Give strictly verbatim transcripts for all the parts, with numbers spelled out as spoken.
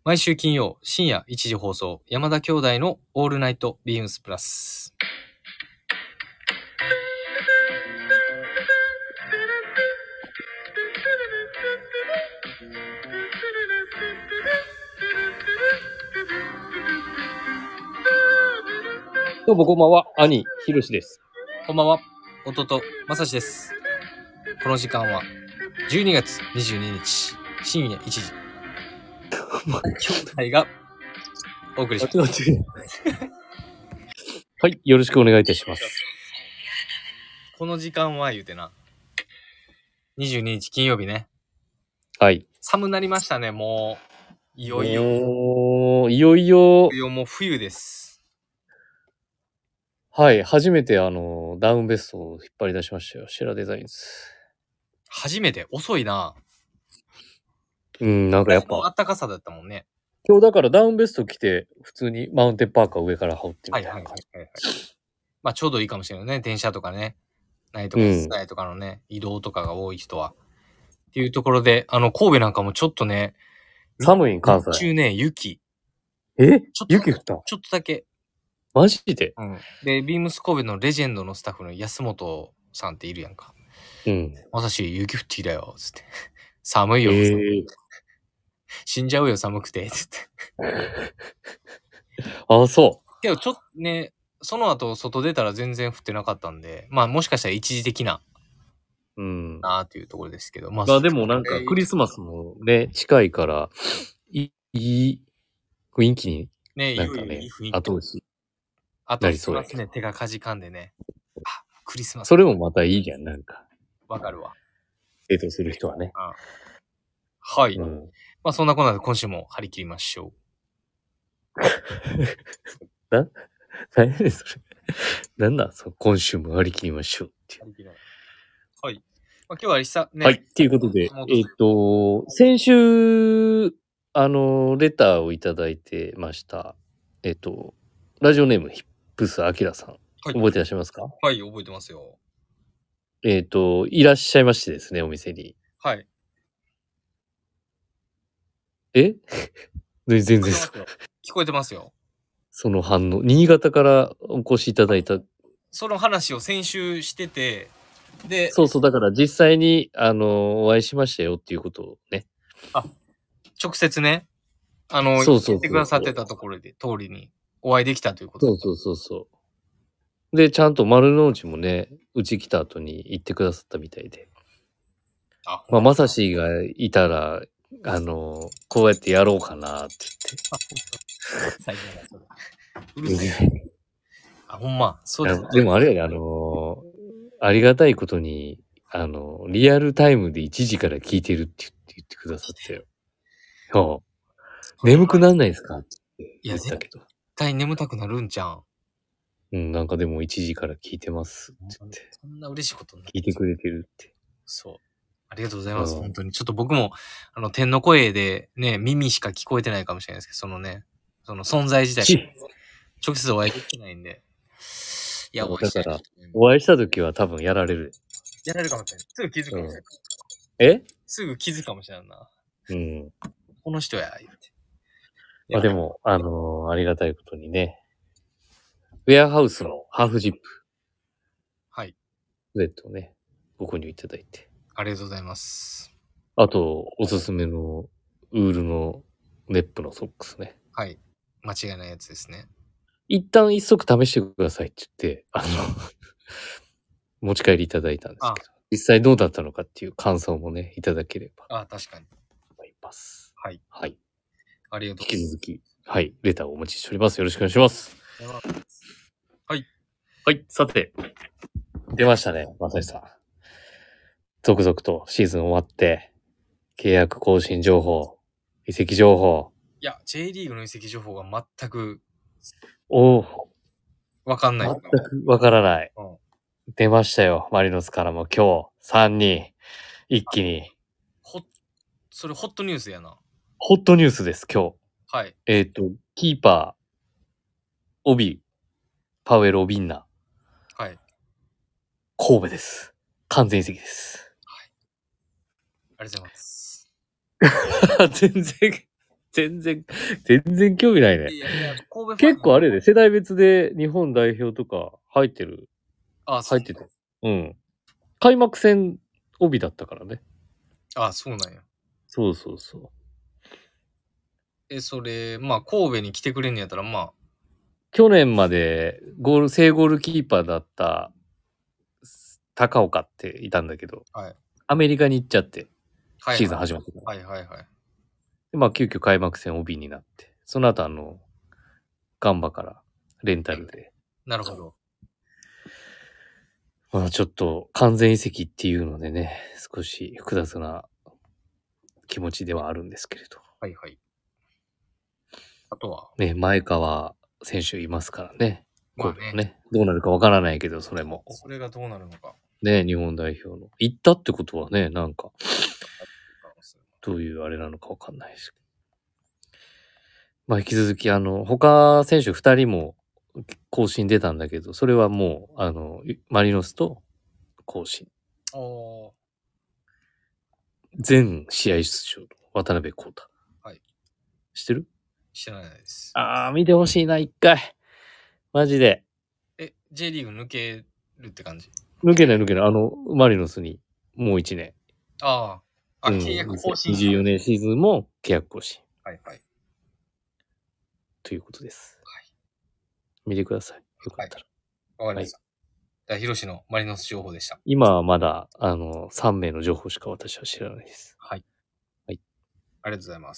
毎週金曜深夜いちじ放送、山田兄弟のオールナイトビームスプラス。 どうもこんばんは、兄ひろしです。 こんばんは、弟まさしです。この時間はじゅうにがつにじゅうににち深夜いちじ、兄弟がお送りします。 はい、よろしくお願いいたします。 この時間は言うてな、にじゅうににち金曜日ね。 はい。 寒なりましたね、もういよいよ。 もういよいよ。 いよもう冬です。 はい、初めてあのダウンベストを引っ張り出しましたよ、シェラデザインズ。 初めて遅いな。 うん、なんかやっぱあったかさだったもんね。 今日だからダウンベスト着て普通にマウンテンパーカー上から羽織ってみたいな感じ。 はいはいはいはい、まあちょうどいいかもしれないね、電車とかね、ないとか室内とかのね、うん、移動とかが多い人はっていうところで、あの神戸なんかもちょっとね、 寒いん関西。 日中ね、雪。 え？ちょっと雪降った？ ちょっとだけ。 マジで？ うん。で、ビームス神戸のレジェンドのスタッフの安本さんっているやんか。 うん。 まさし、雪降ってきたよ、つって。寒いよ、 えー、 死んじゃうよ、寒くて、つって。 ああ、そう。 けど、ちょっとね、その後、外出たら全然降ってなかったんで、まあ、もしかしたら一時的な、 うん。 なあっていうところですけど。まあ、 まあでもなんかクリスマスもね、近いから、いい雰囲気に、 ね、 なんかね、後押し。 あと、しますね、手がかじかんでね。あ、クリスマス。 それもまたいいじゃん、なんか。 わかるわ。 デートする人はね。 ああ、はい。うん、まあそんなこんなで今週も張り切りましょう。 な、何やねんそれ。なんだそう、今週も張り切りましょうっていう。 はい。まあ、今日は久ね。 はい。っていうことで、えっ、ー、と、先週、あの、レターをいただいてました。えっ、ー、と、ラジオネームヒップスアキラさん。はい、覚えてらっしゃいますか？ はい、覚えてますよ。 えっ、ー、と、いらっしゃいましてですね、お店に。 はい。 え全然聞こえてますよ。 その反応。新潟からお越しいただいた。 その話を先週してて、で、 そうそう、だから実際に、あの、お会いしましたよっていうことをね。 あ、直接ね、あの、 そうそうそうそう、 言ってくださってたところで、通りにお会いできたということで。そうそうそうそう。で、ちゃんと丸の内もね、うち来た後に行ってくださったみたいで。あ、まあ、まさしがいたら、あの、こうやってやろうかなって言って。最近だ、それ。 うるさい。あ、ほんま。そうです。 でもあれやね、あのー、ありがたいことに、あの、リアルタイムでいちじから聞いてるって言って言ってくださってよ。そう。眠くなんないですかって言ったけど。 いや、絶対眠たくなるんじゃん。 うん、なんかでもいちじから聞いてますって言って。 そんな嬉しいことない。 聞いてくれてるって。 そう。ありがとうございます。うん、本当に。ちょっと僕も、あの、天の声でね、耳しか聞こえてないかもしれないですけど、そのね、その存在自体、直接お会いできてないんで。 いや、だから、お会いした時は多分やられる。 やられるかもしれない。すぐ気づくかもしれない。 うん、えすぐ気づくかもしれないな。 うん。 この人や、言って。 まあでも、あのー、ありがたいことにね、ウェアハウスのハーフジップ。 はい。 スウェットをね、ご購入いただいて。 ありがとうございます。 あと、おすすめのウールのネップのソックスね。 はい。間違いないやつですね。 一旦一足試してくださいって言って、あの、持ち帰りいただいたんですけど、実際どうだったのかっていう感想もね、いただければ。 ああ、確かに。 思います。 はい。 はい。 ありがとうございます。 引き続き、はい、レターをお待ちしております。よろしくお願いします。 はい。 はい、さて、出ましたね、まさしさん。続々とシーズン終わって、契約更新情報、移籍情報。 いや、J リーグの移籍情報が全く、 おお。 わかんない。 全くわからない。うん、出ましたよ、マリノスからも今日、さんにん、一気に。 ほ、それホットニュースやな。 ホットニュースです、今日。 はい。 えっ、ー、と、キーパー、オビ、パウエル・オビンナ。 はい。 神戸です。完全移籍です。 はい。ありがとうございます。 全然、 全然、全然興味ないね。 いやいや、神戸結構あれで、世代別で日本代表とか入ってる。 あ、 入ってた。うん。開幕戦帯だったからね。 あ、そうなんや。 そうそうそう。 え、それ、まあ、神戸に来てくれんのやったら、まあ。 去年までゴール、正ゴールキーパーだった高岡っていたんだけど、 はい、 アメリカに行っちゃって、 はいはい、 シーズン始まってから。 はいはいはい。 で、まあ、急遽開幕戦帯になって、その後あの、ガンバからレンタルで。 なるほど。 まあちょっと完全移籍っていうのでね、少し複雑な気持ちではあるんですけれど。 はいはい。あとはね、前川選手いますからね。 まあね。 ねどうなるかわからないけど、それも。 それがどうなるのか。 ね、日本代表の。行ったってことはね、なんか、どういうあれなのかわかんないです。まあ引き続き、あの、他選手ふたりも更新出たんだけど、それはもう、あの、マリノスと更新。 おー。 全試合出場の渡辺康太。 はい。 知ってる？ 知らないです。 あー、見てほしいな、一回。マジで。 え、J リーグ抜けるって感じ？ 抜けない抜けない。あの、マリノスにもういちねん。 ああ。あ、 うん、 契約更新。 にじゅうよねんシーズンも契約更新。 はいはい。 ということです。 はい。 見てください。よかったら。 わ、はい、かりました。じゃあ、ヒロシのマリノス情報でした。 今はまだ、あの、さんめいの情報しか私は知らないです。 はい。 はい。 ありがとうございます。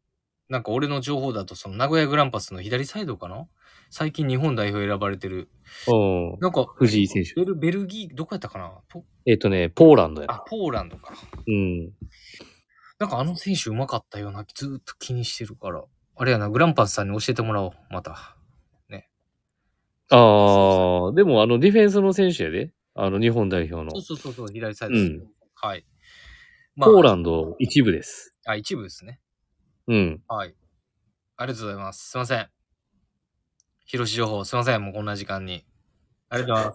なんか俺の情報だと、その名古屋グランパスの左サイドかな？最近日本代表選ばれてる。 うん。 なんか、 藤井選手。 ベル、ベルギー、どこやったかな？ えっとね、ポーランドや。 あ、ポーランドか。 うん。 なんかあの選手うまかったような、ずーっと気にしてるから。あれやな、グランパスさんに教えてもらおう、また。ね。 ああ、でもあのディフェンスの選手やで。あの日本代表の。 そうそうそうそう、左サイド。 うん。 はい。まあ、 ポーランド一部です。 あ、一部ですね。 うん。 はい。ありがとうございます。すいません。広し情報、すいません。もうこんな時間に。ありがとうございます。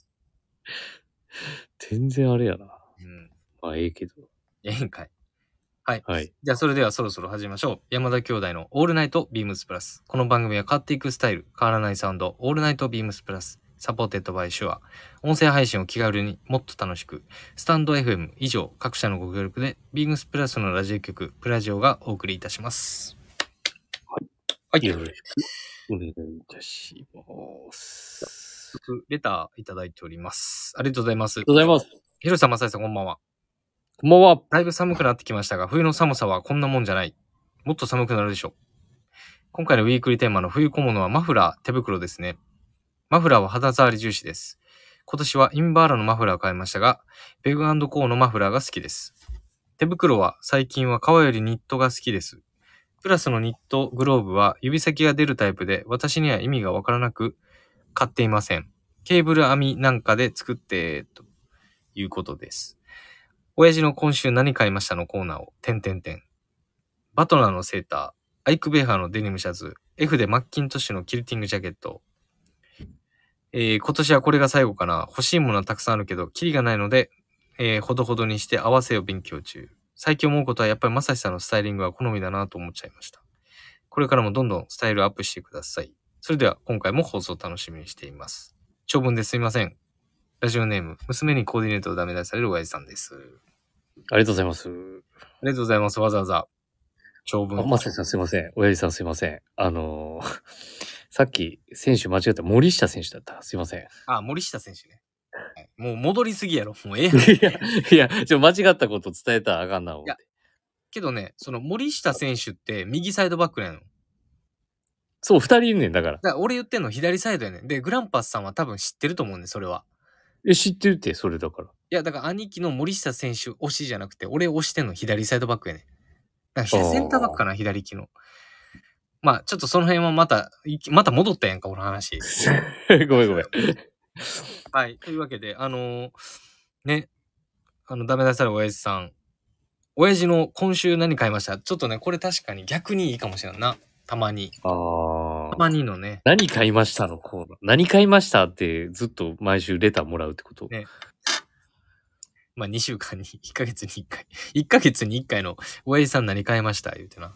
全然あれやな。 うん。 まあ、ええけど。 ええんかい。はい。 はい。 じゃあ、それではそろそろ始めましょう。山田兄弟のオールナイトビームスプラス。この番組は変わっていくスタイル、変わらないサウンド、オールナイトビームスプラス。サポーテッドバイシュア。音声配信を気軽にもっと楽しく。スタンド エフエム 以上各社のご協力で、ビームスプラスのラジオ局、プラジオがお送りいたします。 はい。 はい。 よろしくお願いいたします。 レターいただいております。ありがとうございます。 ありがとうございます。 ひろしさん、まさやさん、こんばんは。 こんばんは。 だいぶ寒くなってきましたが、冬の寒さはこんなもんじゃない。もっと寒くなるでしょう。今回のウィークリーテーマの冬小物はマフラー、手袋ですね。マフラーは肌触り重視です。今年はインバーラのマフラーを買いましたが、ペグ&コーのマフラーが好きです。手袋は最近は革よりニットが好きです。プラスのニットグローブは指先が出るタイプで、私には意味がわからなく買っていません。ケーブル編みなんかで作って、ということです。親父の今週何買いましたのコーナーを、てんてんてん。バトナーのセーター、アイクベーハーのデニムシャツ、F でマッキントッシュのキルティングジャケット。えー、今年はこれが最後かな。欲しいものはたくさんあるけど、キリがないので、えー、ほどほどにして合わせを勉強中。最近思うことはやっぱりまさしさんのスタイリングは好みだなと思っちゃいました。これからもどんどんスタイルアップしてください。それでは今回も放送楽しみにしています。長文ですみません。ラジオネーム、娘にコーディネートをダメ出される親父さんです。 ありがとうございます。 ありがとうございます。わざわざ。長文。 あ、まささんすいません。親父さんすいません。あのー、さっき選手間違った。森下選手だった。すいません。 あ、森下選手ね。はい、もう戻りすぎやろ。もうええやん。いや、いや、ちょ、間違ったこと伝えたらあかんな思って。いや、 けどね、その森下選手って右サイドバックなの。 そう、二人いんねん、だから。だから俺言ってんの左サイドやねん。で、グランパスさんは多分知ってると思うんで、それは。 え、知ってるって、それだから。いや、だから兄貴の森下選手推しじゃなくて、俺推してんの左サイドバックやねん。だからセンターバックかな、左利きの。まあ、ちょっとその辺はまた、また戻ったやんか、俺の話。 ごめんごめん。 はい。というわけで、あのー、ね、あの、ダメ出される親父さん。親父の今週何買いました？ちょっとね、これ確かに逆にいいかもしれんな。たまに。 ああ。 たまにのね。 何買いましたのコーナー。何買いましたってずっと毎週レターもらうってこと？ ね。まあにしゅうかんにいっかげつにいっかい。いっかげつにいっかいの親父さん何買いました言うてな。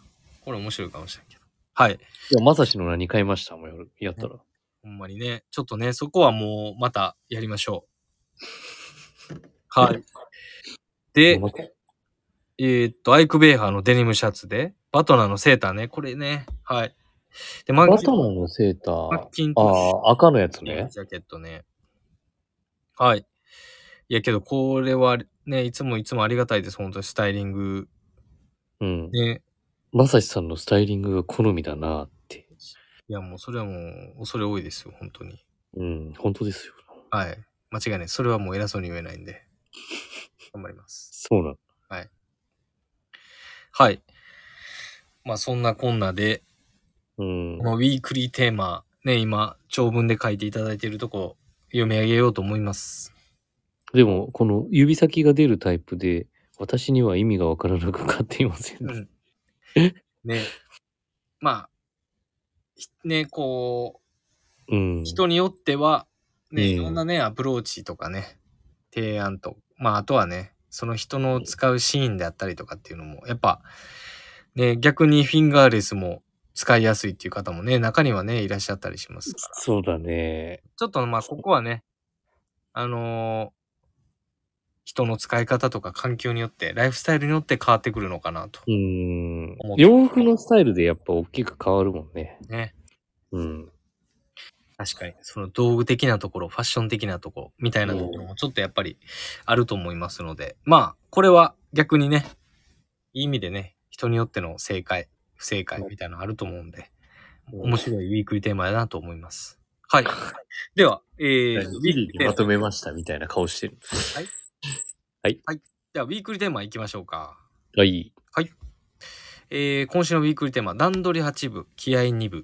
これ面白いかもしれんけど。はい。いや、まさしの何買いましたもん、やったら。 ほんまにね、ちょっとね、そこはもうまたやりましょう。はい。で、えー、っと、アイクベーハーのデニムシャツで、バトナーのセーターね、これね、はい。で、マバトナーのセーター、 マッキントッシュああ、赤のやつね。 ジャケットね。はい。いやけど、これはね、いつもいつもありがたいです、本当にスタイリング。 うん。 ね。 まさしさんのスタイリングが好みだなって。 いや、もうそれはもう、恐れ多いですよ、本当に。 うん、本当ですよ。 はい。間違いない。それはもう偉そうに言えないんで。頑張ります。 そうなの。 はい。はい。まあ、そんなこんなで、 うん。 このウィークリーテーマ、ね、今、長文で書いていただいているとこ、読み上げようと思います。 でも、この指先が出るタイプで、私には意味がわからなく買っていません。 うん。ね。まあ、ね、こう、うん。 人によっては、ね、 うんいろんなね、アプローチとかね、提案と、まあ、あとはね、その人の使うシーンであったりとかっていうのも、やっぱ、ね、逆にフィンガーレスも使いやすいっていう方もね、中にはね、いらっしゃったりしますから。 そうだね。 ちょっとまあ、ここはね、あのー人の使い方とか環境によって、ライフスタイルによって変わってくるのかなと。 うーん思。って洋服のスタイルでやっぱ大きく変わるもんね。 ね。 うん。 確かに、その道具的なところ、ファッション的なところ、みたいなところもちょっとやっぱりあると思いますので、まあ、これは逆にね、いい意味でね、人によっての正解、不正解みたいなのあると思うんで、面白いウィークリーテーマだなと思います。はい。では、えー、ウィークリーテーマまとめましたみたいな顔してる。 はい。 はい。 はい。では、ウィークリーテーマいきましょうか。 はい。 はい。えー、今週のウィークリーテーマ、段取りはち部、気合に部。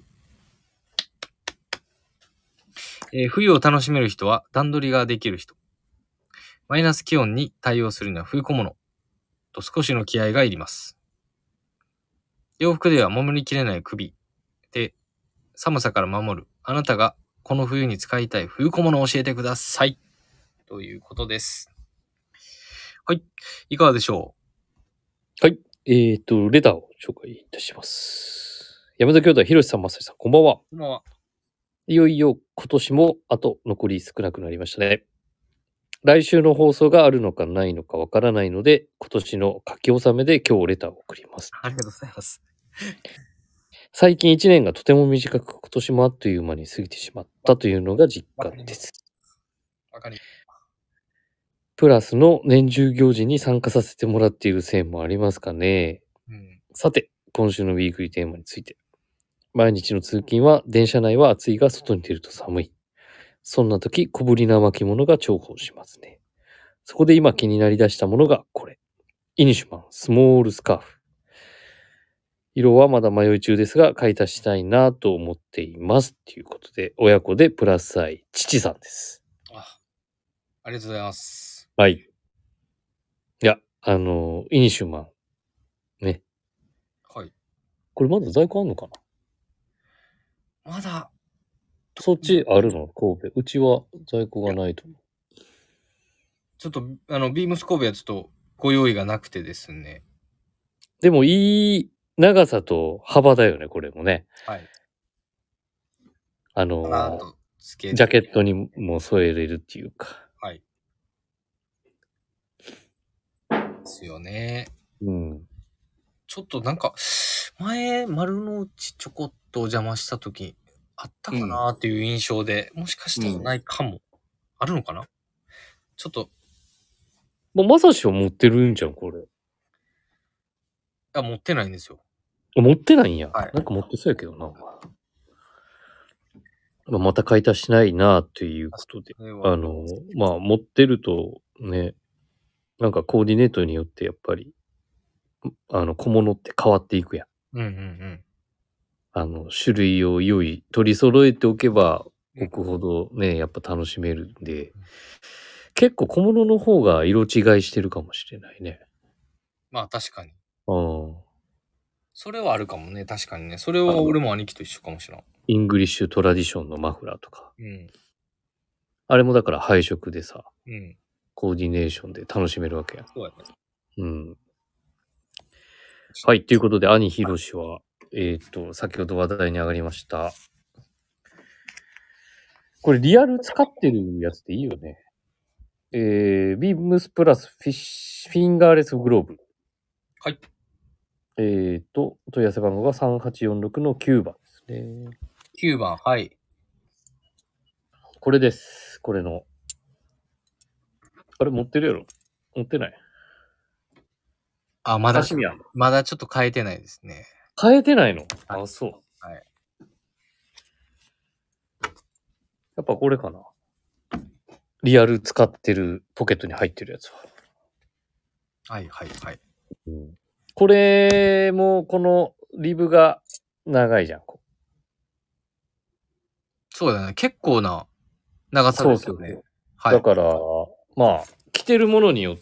えー、冬を楽しめる人は段取りができる人。マイナス気温に対応するには冬小物と少しの気合がいります。洋服では守りきれない首で寒さから守るあなたがこの冬に使いたい冬小物を教えてください。ということです。はい。いかがでしょはい。えっ、と、レターを紹介いたします。山田兄弟、ひろしさん、まさしさん、こんばんは。 う？こんばんは。 いよいよ今年もあと残り少なくなりましたね。来週の放送があるのかないのかわからないので、今年の書き納めで今日レターを送ります。 ありがとうございます。 最近いちねんがとても短く、今年もあっという間に過ぎてしまったというのが実感です。 わかりプラスの年中行事に参加させてもらっているせいもありますかね。 うん。 さて、今週のウィークリーテーマについて。毎日の通勤は電車内は暑いが外に出ると寒い。そんな時、小ぶりな巻物が重宝しますね。そこで今気になりだしたものがこれ。イニシュマンスモールスカーフ。色はまだ迷い中ですが、買い足したいなと思っています。ということで、親子でプラス愛、父さんです。 あ、ありがとうございます。 はい。いや、あの、イニシュマン。ね。 はい。 これまだ在庫あんのかな？ まだ、 そっちあるの？神戸。うちは在庫がないと思う。 ちょっと、あの、ビームス神戸はちょっとご用意がなくてですね。 でもいい長さと幅だよね、これもね。 はい。 あのあと、つけジャケットにも添えれるっていうか。 はい。ですよね。 うん。 ちょっとなんか、前、丸の内ちょこっとお邪魔した時あったかなっていう印象で、もしかしたらないかも。あるのかな？ちょっと、 まあ、まさしは持ってるんじゃん、これ。 あ、持ってないんですよ。 あ持ってないんや。 はいなんか持ってそうやけどな。まあ、また買い足しないなということで。 それはあの、まあ、持ってるとね、なんかコーディネートによってやっぱり、あの、小物って変わっていくやん。 うんうんうん。 あの、種類を用意、取り揃えておけば置くほどね、やっぱ楽しめるんで、結構小物の方が色違いしてるかもしれないね。 まあ確かに。 うん。 それはあるかもね、確かにね。それは俺も兄貴と一緒かもしれん。 イングリッシュトラディションのマフラーとか。 うん。 あれもだから配色でさ、 うん。 コーディネーションで楽しめるわけやん。 そうやね。 うん。はい、ということで、兄ひろしは、 えっと、先ほど話題に上がりました。これリアル使ってるやつでいいよね。えー、ビームスプラスフィッシュ、フィンガーレスグローブ。 はい。 えっと、問い合わせ番号がさんはちよんろくのきゅうばんですね。 きゅうばん、はい。 これです。これの。あれ、持ってるやろ？持ってない。 あ、まだカシミヤ。 まだちょっと変えてないですね。 変えてないの？ はいあ、そう。 はい。 やっぱこれかな。リアル使ってるポケットに入ってるやつは。 はいはいはい。 うん、これも、このリブが長いじゃん。 そうだね。結構な長さですよね。 そうそうそう。 はい。 だから、まあ、着てるものによって、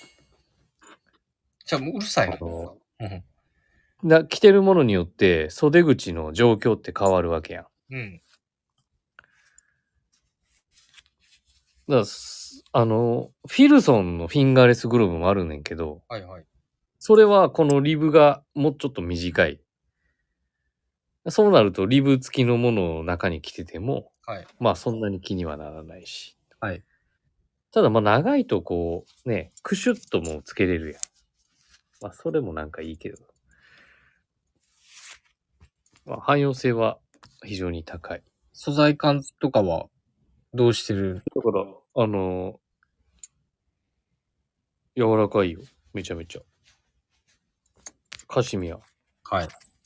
じゃあもううるさいな。 あの、 うん。 な着てるものによって袖口の状況って変わるわけやん。 うん。 だからすあの、フィルソンのフィンガーレスグローブもあるねんけど、 はいはい。 それはこのリブがもうちょっと短い。そうなるとリブ付きのものを中に着てても、 はい。 まあそんなに気にはならないし。 はい。 ただまあ長いとこう、ね、クシュッともつけれるやん。まあそれもなんかいいけど。まあ汎用性は非常に高い。 素材感とかはどうしてる？ だから、あの、柔らかいよ。めちゃめちゃ。カシミヤはい。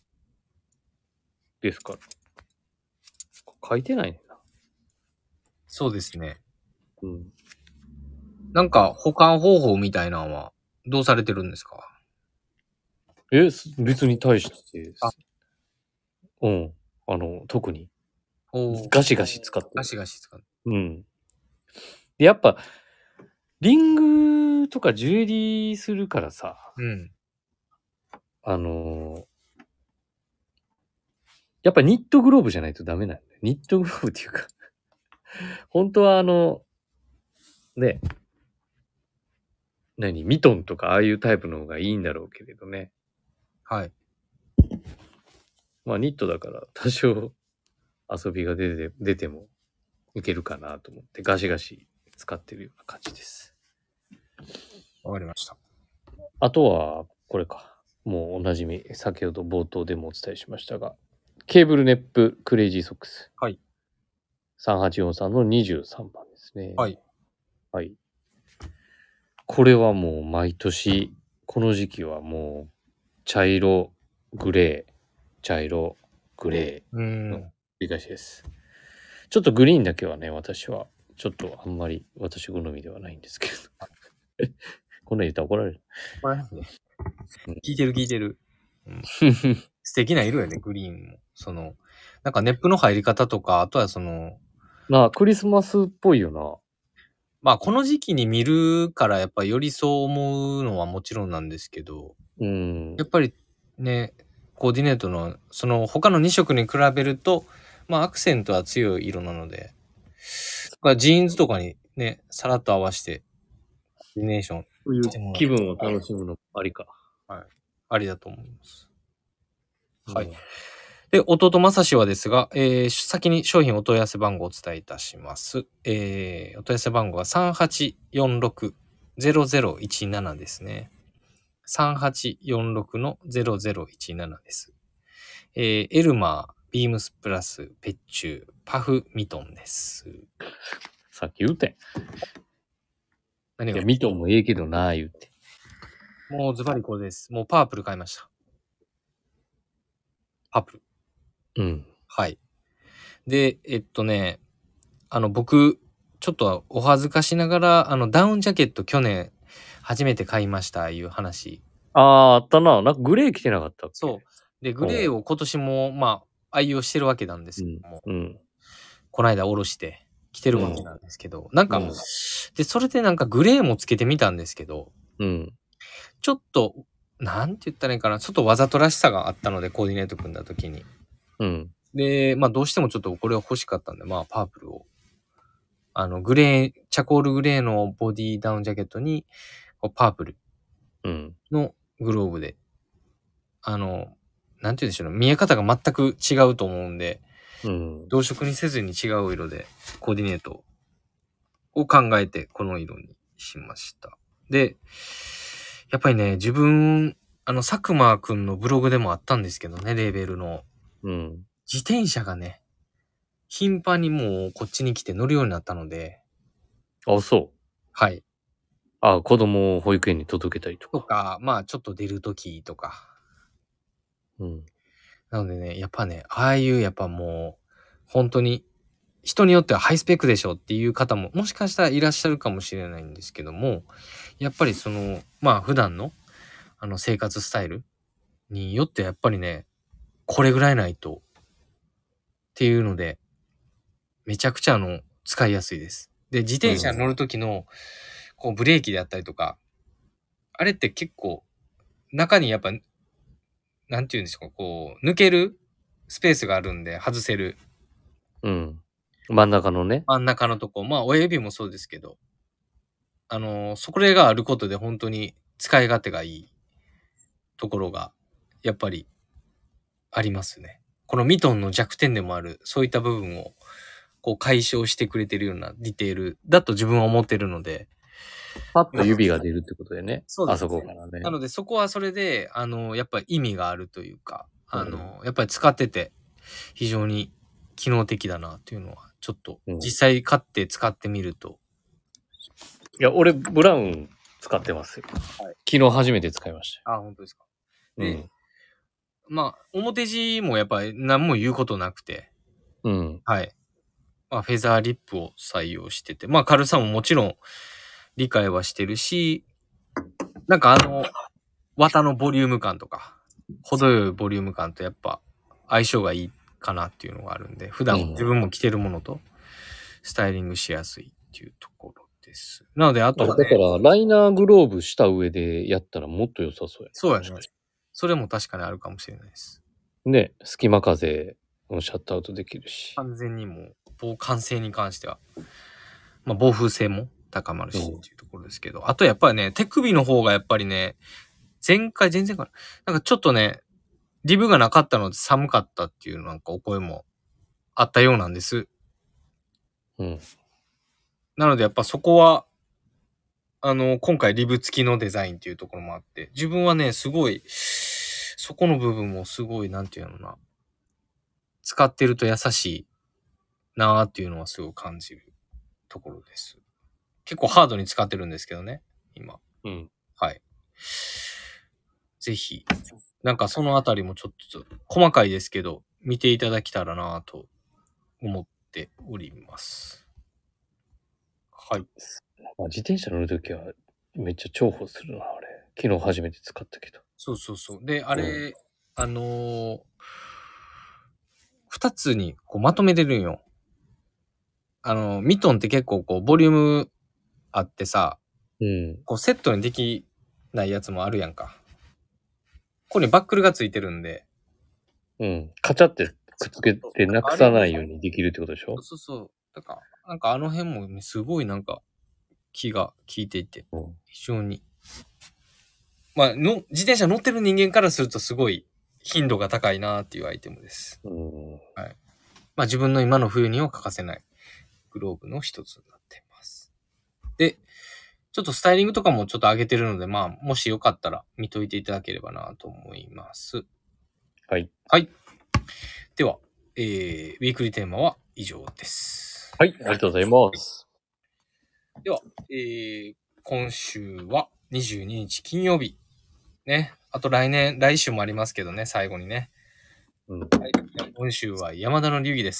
ですから。書いてないねんな。 そうですね。 うん。 なんか保管方法みたいなのはどうされてるんですか？ え、す別に対してあ、 うん。あの、特に。 おー、 ガシガシ使ってガる。 シガシ使う。 うん。で、やっぱ、リングとかジュエリーするからさ、 うん。 あのーやっぱニットグローブじゃないとダメなんだよ。ニットグローブっていうか本当はあの、ね、何、ミトンとかああいうタイプの方がいいんだろうけれどね。 はい。 まあニットだから多少遊びが出て、出てもいけるかなと思ってガシガシ使ってるような感じです。 わかりました。 あとは、これか。もうおなじみ、先ほど冒頭でもお伝えしましたが、ケーブルネップクレイジーソックス。 はい。 さんはちよんさんのにじゅうさんばんですね。 はい。 はい。これはもう毎年、この時期はもう、茶色、グレー、茶色、グレうーーのん。 繰り返しです。ちょっとグリーンだけはね、私は、ちょっとあんまり私好みではないんですけど。こんなん言ったら怒られる。 これね、聞いてる聞いてる。うん、素敵な色やね、グリーンも。その、なんかネップの入り方とか、あとはその、 まあ、クリスマスっぽいよな。 まあこの時期に見るからやっぱりよりそう思うのはもちろんなんですけど、 うん。 やっぱりね、コーディネートのその他のに色に比べると、まあアクセントは強い色なので、まあジーンズとかにね、さらっと合わせて、コーディネーションそういうしてもら気分を楽しむのもありか。 はい。ありだと思います。はい。 うん、 で、弟正志はですが、えー先に商品お問い合わせ番号をお伝えいたします。えーお問い合わせ番号はさんはちよんろく ゼロゼロいちななですね。さんはちよんろくのゼロゼロいちななです。えーエルマー、ビームスプラス、ペッチュー、パフ、ミトンです。 さっき言うてん。 何がいや、ミトンもええけどな、言うて。 もうズバリこれです。もうパープル買いました。パープル。 うん。 はい。で、えっとね、あの、僕、ちょっとお恥ずかしながら、あの、ダウンジャケット去年初めて買いましたいう話。 ああ、あったな。なんかグレー着てなかったっけ？ そう。で、グレーを今年も、まあ、愛用してるわけなんですけども、 うん。うん。 この間おろして着てるわけなんですけど、なんか、 うんで、それでなんかグレーもつけてみたんですけど、 うん。 ちょっと、なんて言ったらいいかな、ちょっとわざとらしさがあったので、コーディネート組んだ時に。 うん。 で、まあ、どうしてもちょっとこれは欲しかったんで、まあ、パープルを。あの、グレー、チャコールグレーのボディダウンジャケットに、こうパープルうん。 のグローブで、あの、 なんて言うんでしょうね、見え方が全く違うと思うんで、 うん。 同色にせずに違う色でコーディネートを考えてこの色にしました。で、やっぱりね、自分、あの、佐久間くんのブログでもあったんですけどね、レーベルの。 うん。 自転車がね、頻繁にもうこっちに来て乗るようになったので、 あ、そう。 はい。 あ、子供を保育園に届けたりとか。 とか、まあちょっと出るときとか。 うん。 なのでね、やっぱね、ああいうやっぱもう、本当に、人によってはハイスペックでしょっていう方ももしかしたらいらっしゃるかもしれないんですけども、やっぱりその、まあ普段のあの生活スタイルによってやっぱりね、これぐらいないとっていうので、めちゃくちゃあの、使いやすいです。で、自転車に乗るときの、こうブレーキであったりとか、あれって結構、中にやっぱ、なんていうんですか、こう、抜けるスペースがあるんで、外せる。 うん。真ん中のね。 真ん中のとこ、まあ親指もそうですけど、あのーそれがあることで本当に使い勝手がいいところが、やっぱりありますね。このミトンの弱点でもある、そういった部分を、こう解消してくれてるようなディテールだと自分は思ってるので。 パッと指が出るってことでね。 そうです。 あそこからね。 なのでそこはそれで、あのーやっぱり意味があるというか、あのーやっぱり使ってて、非常に機能的だなっていうのは、ちょっと実際買って使ってみると。 いや、俺、ブラウン使ってますよ。はい、昨日初めて使いました。 あ、本当ですか。で、うん、まあ、表地もやっぱり何も言うことなくて、 うん。 はい。まあ、フェザーリップを採用してて、まあ、軽さももちろん理解はしてるし、なんかあの、綿のボリューム感とか、程よいボリューム感とやっぱ相性がいいかなっていうのがあるんで、普段自分も着てるものとスタイリングしやすいっていうところです。なので、あとは、ね、 だから、ライナーグローブした上でやったらもっと良さそうやね。 そうやね。それも確かにあるかもしれないです。 ね、隙間風をシャットアウトできるし。 完全にもう、防寒性に関しては、まあ、防風性も高まるしっていうところですけど、うん、あとやっぱりね、手首の方がやっぱりね、前回、前々回、なんかちょっとね、リブがなかったので寒かったっていうなんかお声もあったようなんです。 うん。 なのでやっぱそこは、あの、今回リブ付きのデザインっていうところもあって、自分はね、すごい、そこの部分もすごい、なんていうのな、使ってると優しいなーっていうのはすごい感じるところです。結構ハードに使ってるんですけどね、今。 うん。 はい。ぜひ、なんかそのあたりもちょっと細かいですけど、見ていただけたらなと思っております。はい。 まあ、自転車乗るときはめっちゃ重宝するな、あれ。昨日初めて使ったけど。 そうそうそう。で、あれ、うん、あのー、二つにこうまとめてるんよ。あの、ミトンって結構こう、ボリュームあってさ、 うん。 こう、セットにできないやつもあるやんか。ここにバックルがついてるんで。 うん。カチャってくっつけてなくさないようにできるってことでしょ？ そうそう。だから、なんかあの辺も、ね、すごいなんか、気が利いていて、うん、非常に。まあの、自転車乗ってる人間からするとすごい頻度が高いなっていうアイテムです。うん、はい。まあ自分の今の冬には欠かせないグローブの一つになっています。で、ちょっとスタイリングとかもちょっと上げてるので、まあ、もしよかったら見といていただければなと思います。 はい。 はい。では、えー、ウィークリーテーマは以上です。 はい、ありがとうございます。 では、えー、今週はにじゅうににち金曜日。ね。あと来年、来週もありますけどね、最後にね。うん。はい、今週は山田の流儀です。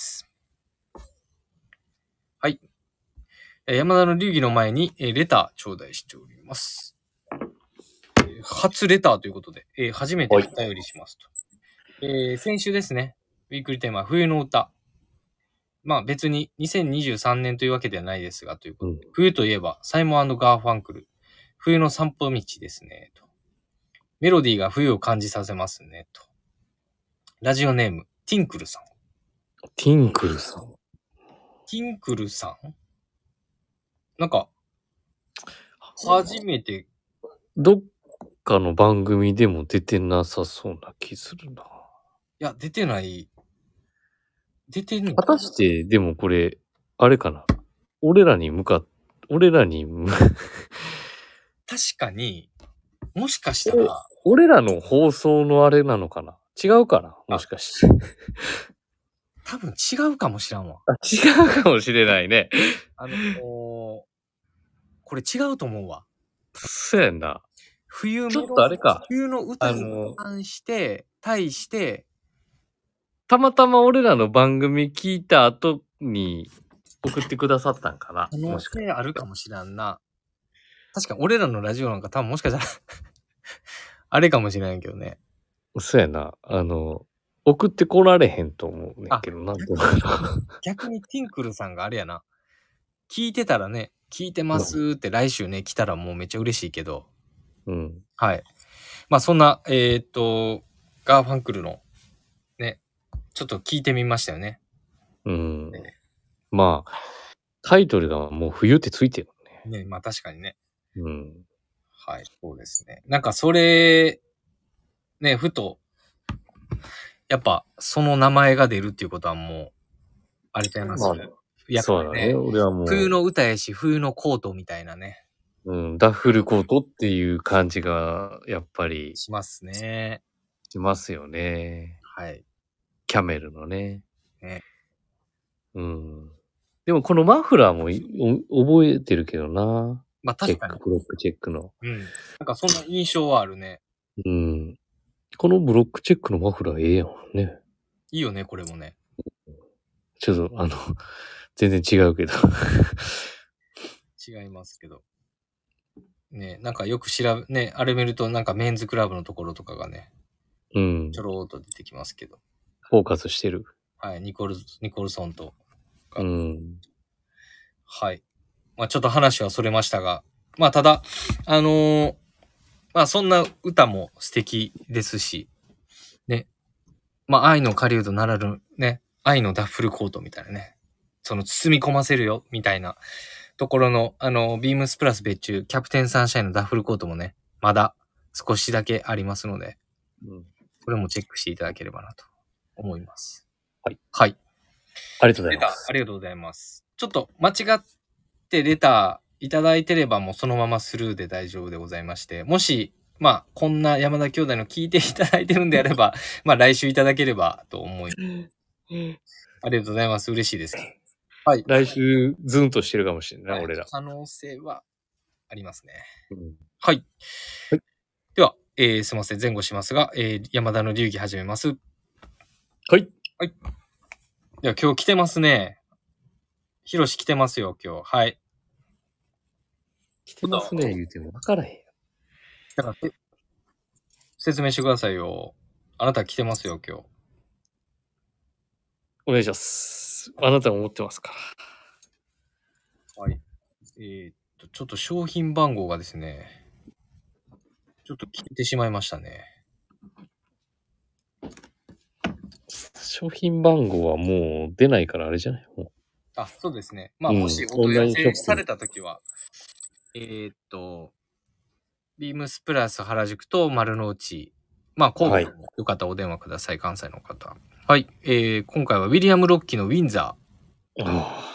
はい。山田の流儀の前に、えー、レター頂戴しております。えー、初レターということで、えー、初めてお便りしますと。えー、先週ですね、ウィークリーテーマ、冬の歌。まあ別ににせんにじゅうさんねんというわけではないですが、ということで、うん、冬といえばサイモン&ガーファンクル、冬の散歩道ですね、と。メロディーが冬を感じさせますね、と。ラジオネーム、ティンクルさん。 ティンクルさん。 ティンクルさんなんか、初めて。 どっかの番組でも出てなさそうな気するな。 や、出てない。出てんの果たして、でもこれ、あれかな。俺らに向かっ、俺らに向、 確かに、もしかしたら、 俺らの放送のあれなのかな。違うかなもしかして。 多分違うかもしらんわ。 あ、違うかもしれないね。 あの、これ違うと思うわ。 そうやんな。 冬ちょっとあれか。 冬の歌にあの関して、対して、 たまたま俺らの番組聞いた後に送ってくださったんかな。 可能もしか性あるかもしらんな。確かに俺らのラジオなんか多分もしかしたらあれかもしれんけどね。 そうやな。あの、送ってこられへんと思うねんけど、なんとなく。 逆にティンクルさんがあれやな。聞いてたらね、聞いてますって来週ね、来たらもうめっちゃ嬉しいけど。 うん。 はい。まあそんな、えーっと、ガーファンクルの、ね、ちょっと聞いてみましたよね。 うん。まあ、タイトルがもう冬ってついてるね。 ね、まあ確かにね。 うん。 はい、そうですね。なんかそれ、ね、ふと、やっぱその名前が出るっていうことはもう、あれちゃいますよね。やっぱそうだね。俺はもう、 冬の歌やし、冬のコートみたいなね。 うん、ダッフルコートっていう感じが、やっぱりしますね。 しますよね。 はい。 キャメルのね。 ね。 うん。でもこのマフラーもいお覚えてるけどな。 まあ確かにチェック、。ブロックチェックの。 うん。なんかそんな印象はあるね。 うん。このブロックチェックのマフラーええやんね。 いいよね、これもね。 ちょっと、あの、全然違うけど。 違いますけど。ね、なんかよく調べ、ね、あれ見るとなんかメンズクラブのところとかがね、 うん。 ちょろーっと出てきますけど。 フォーカスしてる。 はい、ニコル、ニコルソンと。 うん。 はい。まあちょっと話はそれましたが、まあただ、あのーまあそんな歌も素敵ですし、ね。まあ愛の狩人ならぬね、愛のダッフルコートみたいなね。その包み込ませるよ、みたいなところの、あの、ビームスプラス別注、キャプテンサンシャインのダッフルコートもね、まだ少しだけありますので、 うん、 これもチェックしていただければなと思います。 はい。 はい。 ありがとうございます。 ありがとうございます。ちょっと間違ってレターいただいてればもうそのままスルーで大丈夫でございまして、もし、まあ、こんな山田兄弟の聞いていただいてるんであれば、まあ来週いただければと思います。ありがとうございます。嬉しいです。はい。 来週、ズンとしてるかもしれんない、俺ら。 可能性はありますね。 うん、 はい。 はい、 では、えー、すみません。前後しますが、えー、山田の流儀始めます。 はい。 はい。では、今日来てますね。ひろし来てますよ、今日。はい。 来てますね、言うても分からへん。 だから説明してくださいよ。あなた来てますよ、今日。 お願いします。あなたも持ってますから。はい。えー、っと、ちょっと商品番号がですね、ちょっと聞いてしまいましたね。 商品番号はもう出ないからあれじゃないもう。 あ、そうですね。まあ、 うん、 もしお問い合わせされたときは、えー、っと、ビームスプラス原宿と丸の内、まあ、神戸のよかったらお電話ください、関西の方。はい。えー、今回はウィリアム・ロッキーのウィンザー。 あ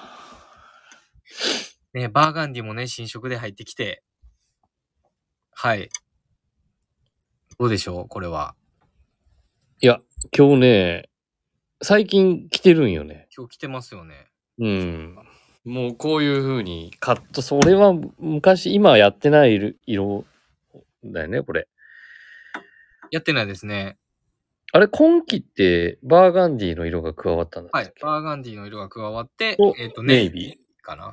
ね、バーガンディもね、新色で入ってきて、はい。どうでしょう、これは。 いや、今日ね、最近来てるんよね。 今日来てますよね。 うん。もうこういう風にカット、それは昔、今やってない色だよね、これ。 やってないですね。 あれ、今季ってバーガンディの色が加わったんだったっけ？ はい。バーガンディの色が加わって、えっ、ー、と、 ネイビーかな。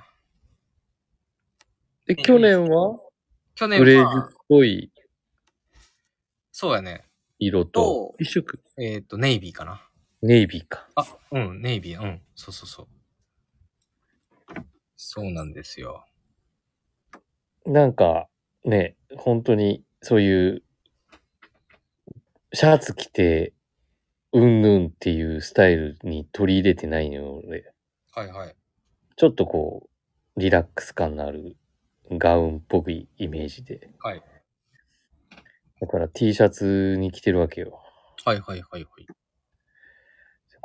で、去年は去年はグレージュっぽいそうやね。 色と、一色。 えっ、ー、と、ネイビーかな。 ネイビーか。 あ、うん、ネイビー、うん。そうそうそう。そうなんですよ。 なんか、ね、本当に、そういう、シャツ着て、うんぬんっていうスタイルに取り入れてないので、 はいはい。 ちょっとこう、リラックス感のあるガウンっぽいイメージで。 はい。 だから T シャツに着てるわけよ。 はいはいはいはい。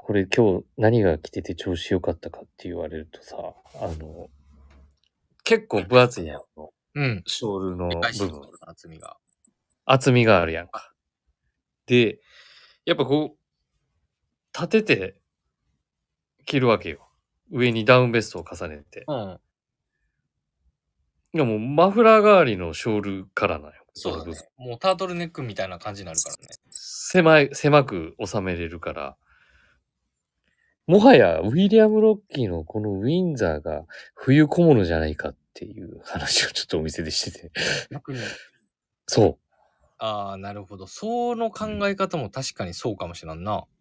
これ今日何が着てて調子良かったかって言われるとさ、あの、結構分厚いやん。 うん。 ショールの部分。 厚みが。 厚みがあるやんか。で、やっぱこう、立てて着るわけよ。上にダウンベストを重ねて。 うん。 いやもうマフラー代わりのショールからなんよ。 そうだね。もうタートルネックみたいな感じになるからね。 狭い、狭く収めれるから。もはや、ウィリアム・ロッキーのこのウィンザーが冬小物じゃないかっていう話をちょっとお店でしてて。 逆に。 そう。 ああ、なるほど。その考え方も確かにそうかもしれんな。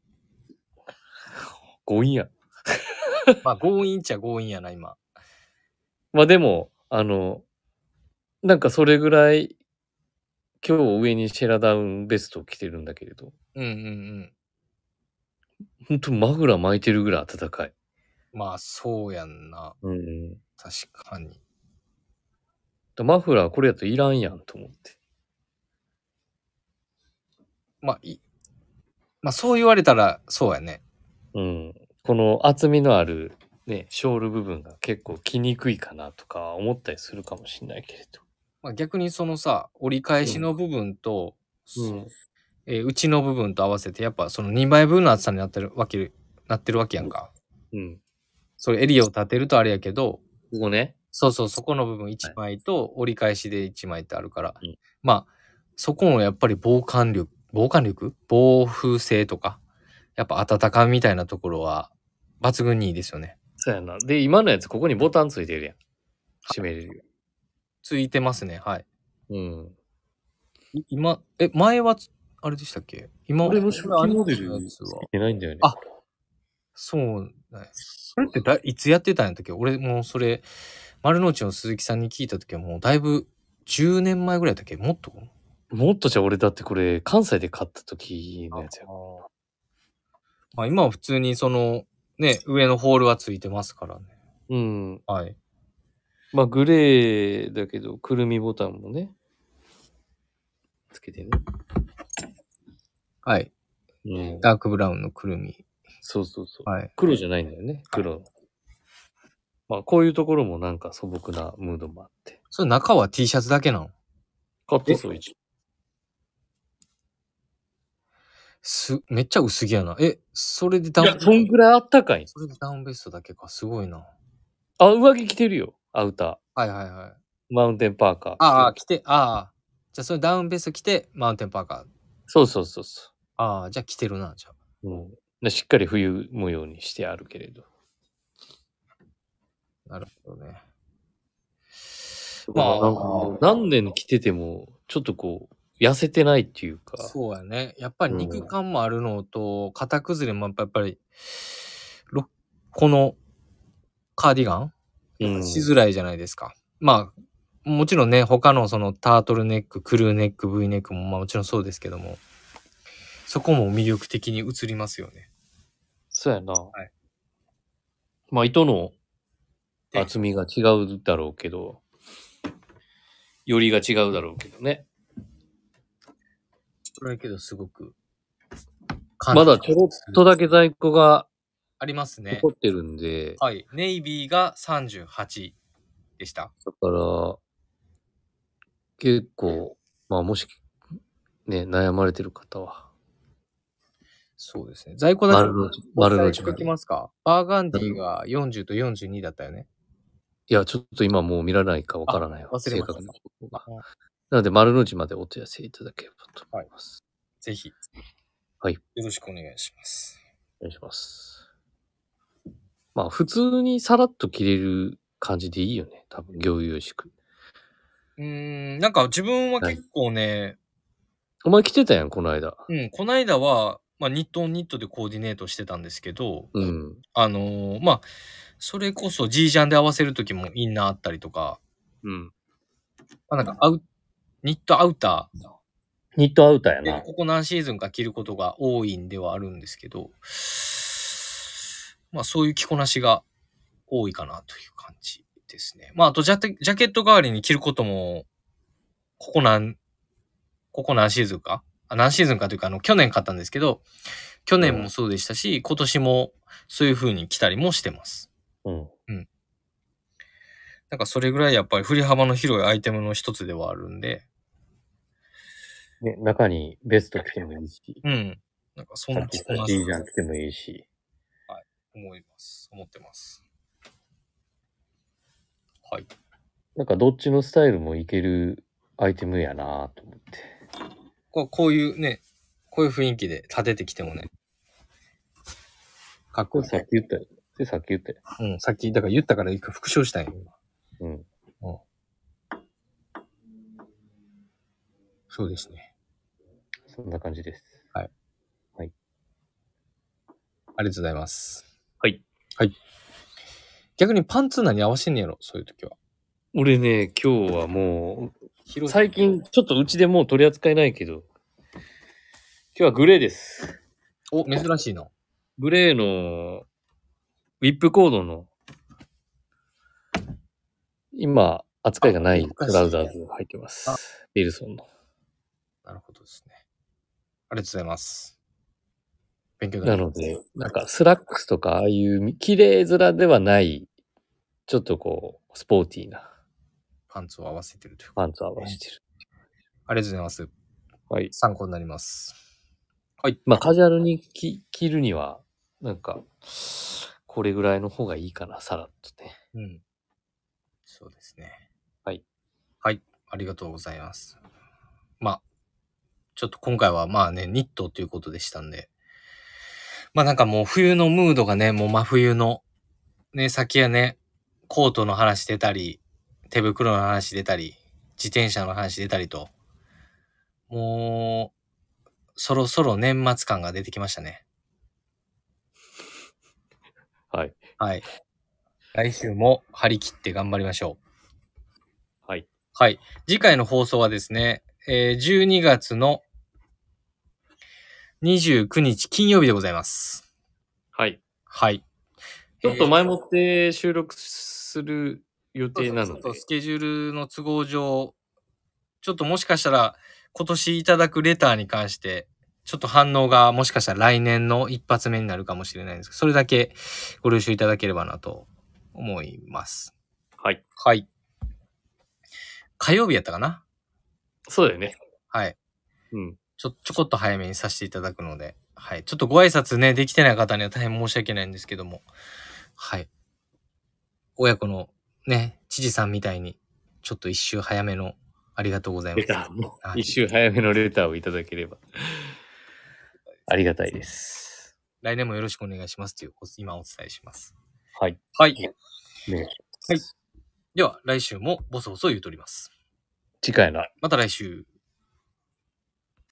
強引や。 まあ強引っちゃ強引やな、今。 まあでも、あの、なんかそれぐらい、今日上にシェラダウンベストを着てるんだけれど。 うんうんうん。 ほんとマフラー巻いてるぐらい暖かい。 まあそうやんな。 うん。 確かに。 マフラーこれやといらんやんと思って。 まあい、まあそう言われたらそうやね。 うん。この厚みのあるね、ショール部分が結構着にくいかなとか思ったりするかもしれないけれど。 まあ逆にそのさ、折り返しの部分と、 うん。 えー内の部分と合わせてやっぱそのにばいぶんの厚さになってるわけ、なってるわけやんか。 うん。 それ襟を立てるとあれやけど、 ここね。 そうそう、そこの部分いちまいと折り返しでいちまいってあるから、 うんまあ、そこのやっぱり防寒力、防寒力防風性とか、やっぱ暖かみみたいなところは抜群にいいですよね。 そうやな。で、今のやつここにボタンついてるやん。閉めれるよ。 ついてますね、はい。 うん。 い今、え、前はつ、あれでしたっけ今、 俺の初期モデルのやつはついてないんだよね。 あ、そうね。それってだいつやってたんやったっけ？俺もうそれ、丸の内の鈴木さんに聞いたときはもうだいぶじゅうねんまえぐらいだっけ？もっともっとじゃ俺だってこれ関西で買った時のやつや。 まあ今は普通にその、ね、上のホールはついてますからね。 うん。 はい。 まあグレーだけど、くるみボタンもね、つけてね。 はい。 うん。 ダークブラウンのくるみ。 そうそうそう。 はい。 黒じゃないんだよね。黒。まあこういうところもなんか素朴なムードもあって。 それ中は T シャツだけなの？ カットソー一応。 す、めっちゃ薄着やな。え、それでダいや、そんぐらいあったかい。 それでダウンベストだけか。すごいな。 あ、上着着てるよ。アウター。 はいはいはい。 マウンテンパーカー。 ああ、着て、ああ。じゃあそれダウンベスト着て、マウンテンパーカー。 そうそうそうそああ、じゃあ着てるな、じゃあ。 う。うん。でしっかり冬模様にしてあるけれど。 なるほどね。 まあ、なんかもう何年着てても、ちょっとこう、痩せてないっていうか。 そうやね。やっぱり肉感もあるのと、型崩れもやっぱり、ろこのカーディガン、 うん、 しづらいじゃないですか。まあ、もちろんね、他のそのタートルネック、クルーネック、V ネックもまあもちろんそうですけども、そこも魅力的に映りますよね。 そうやな。 いまあ、糸の厚みが違うだろうけど、よりが違うだろうけどね。 これけどすごく。 まだちょろっとだけ在庫がありますね。 残ってるんで。 はい。ネイビーがさんじゅうはちでした。 だから、結構、まあもし、ね、悩まれてる方は。 そうですね。在庫だけ丸の内、丸の内しておきますか。バーガンディがよんじゅうとよんじゅうにだったよね。 いや、ちょっと今もう見らないかわからないわ。 忘れました。 正確なことが。なので、丸の内までお問い合わせいただければと思います。 はい、ぜひ。 はい。 よろしくお願いします。 お願いします。まあ、普通にさらっと着れる感じでいいよね。多分、行々しく。 うーん、なんか自分は結構ね、はい、 お前着てたやん、この間。 うん、この間は、まあ、ニットオンニットでコーディネートしてたんですけど、 うん。 あのー、まあ、それこそ G ジャンで合わせるときもインナーあったりとか、 うん。 まあ、なんかアウ、ニットアウター。 ニットアウターやな。 ここ何シーズンか着ることが多いんではあるんですけど、まあそういう着こなしが多いかなという感じですね。まああとジャケジャケット代わりに着ることも、ここ何、ここ何シーズンかあ何シーズンかというか、あの、去年買ったんですけど、 去年もそうでしたし、うん、今年もそういう風に来たりもしてます。 うん。 うん。なんかそれぐらいやっぱり振り幅の広いアイテムの一つではあるんで。 ね、中にベスト着てもいいし。 うん。なんかそんな。 さっき言った T ジャン着てもいいし。 はい。思います。思ってます。はい。 なんかどっちのスタイルもいけるアイテムやなと思って。 こう、こういうね、こういう雰囲気で立ててきてもね。 かっこいい。さっき言ったよ。で、さっき言ったよ。 うん、さっき、だから言ったから復唱したいよ、 今。うん。うん。 そうですね。 そんな感じです。 はい。 はい。 ありがとうございます。 はい。 はい。逆にパンツ何合わせんねやろ、そういう時は。 俺ね、今日はもう、最近ちょっとうちでもう取り扱いないけど、今日はグレーです。 お、珍しいな。 グレーの、ウィップコードの、今、扱いがないブラウザーズが入ってます。ビルソンの。 なるほどですね。ありがとうございます。勉強なので、なんかスラックスとか、ああいう綺麗面ではない、ちょっとこう、スポーティーな。 パンツを合わせてるというパンツを合わせてる。 ありがとうございます。 はい。 参考になります。はい。 まあ、カジュアルに着るには、なんか、これぐらいの方がいいかな、さらっとね。 うん。そうですね。 はい。 はい。ありがとうございます。まあ、ちょっと今回はまあね、ニットということでしたんで。まあなんかもう冬のムードがね、もう真冬の、ね、先はね、コートの話出たり、手袋の話出たり、自転車の話出たりと、もう、そろそろ年末感が出てきましたね。 はい。 はい。来週も張り切って頑張りましょう。はい。 はい。次回の放送はですね、えー、じゅうにがつのにじゅうくにち金曜日でございます。 はい。 はい。 ちょっと前もって収録する予定なので。 そうそうそう、スケジュールの都合上、ちょっともしかしたら今年いただくレターに関して、ちょっと反応がもしかしたら来年の一発目になるかもしれないんですけど、それだけご了承いただければなと思います。 はい。 はい。火曜日やったかな？ そうだよね。 はい。 うん。 ちょ、ちょこっと早めにさせていただくので、はい。ちょっとご挨拶ね、できてない方には大変申し訳ないんですけども、はい。親子のね、知事さんみたいに、ちょっと一周早めのありがとうございます。 レターも、はい、一周早めのレターをいただければ。ありがたいです。 来年もよろしくお願いしますという、今お伝えします。 はい。 はい。 ね、 はい。では、来週もボソボソ言うとります。 次回の。 また来週。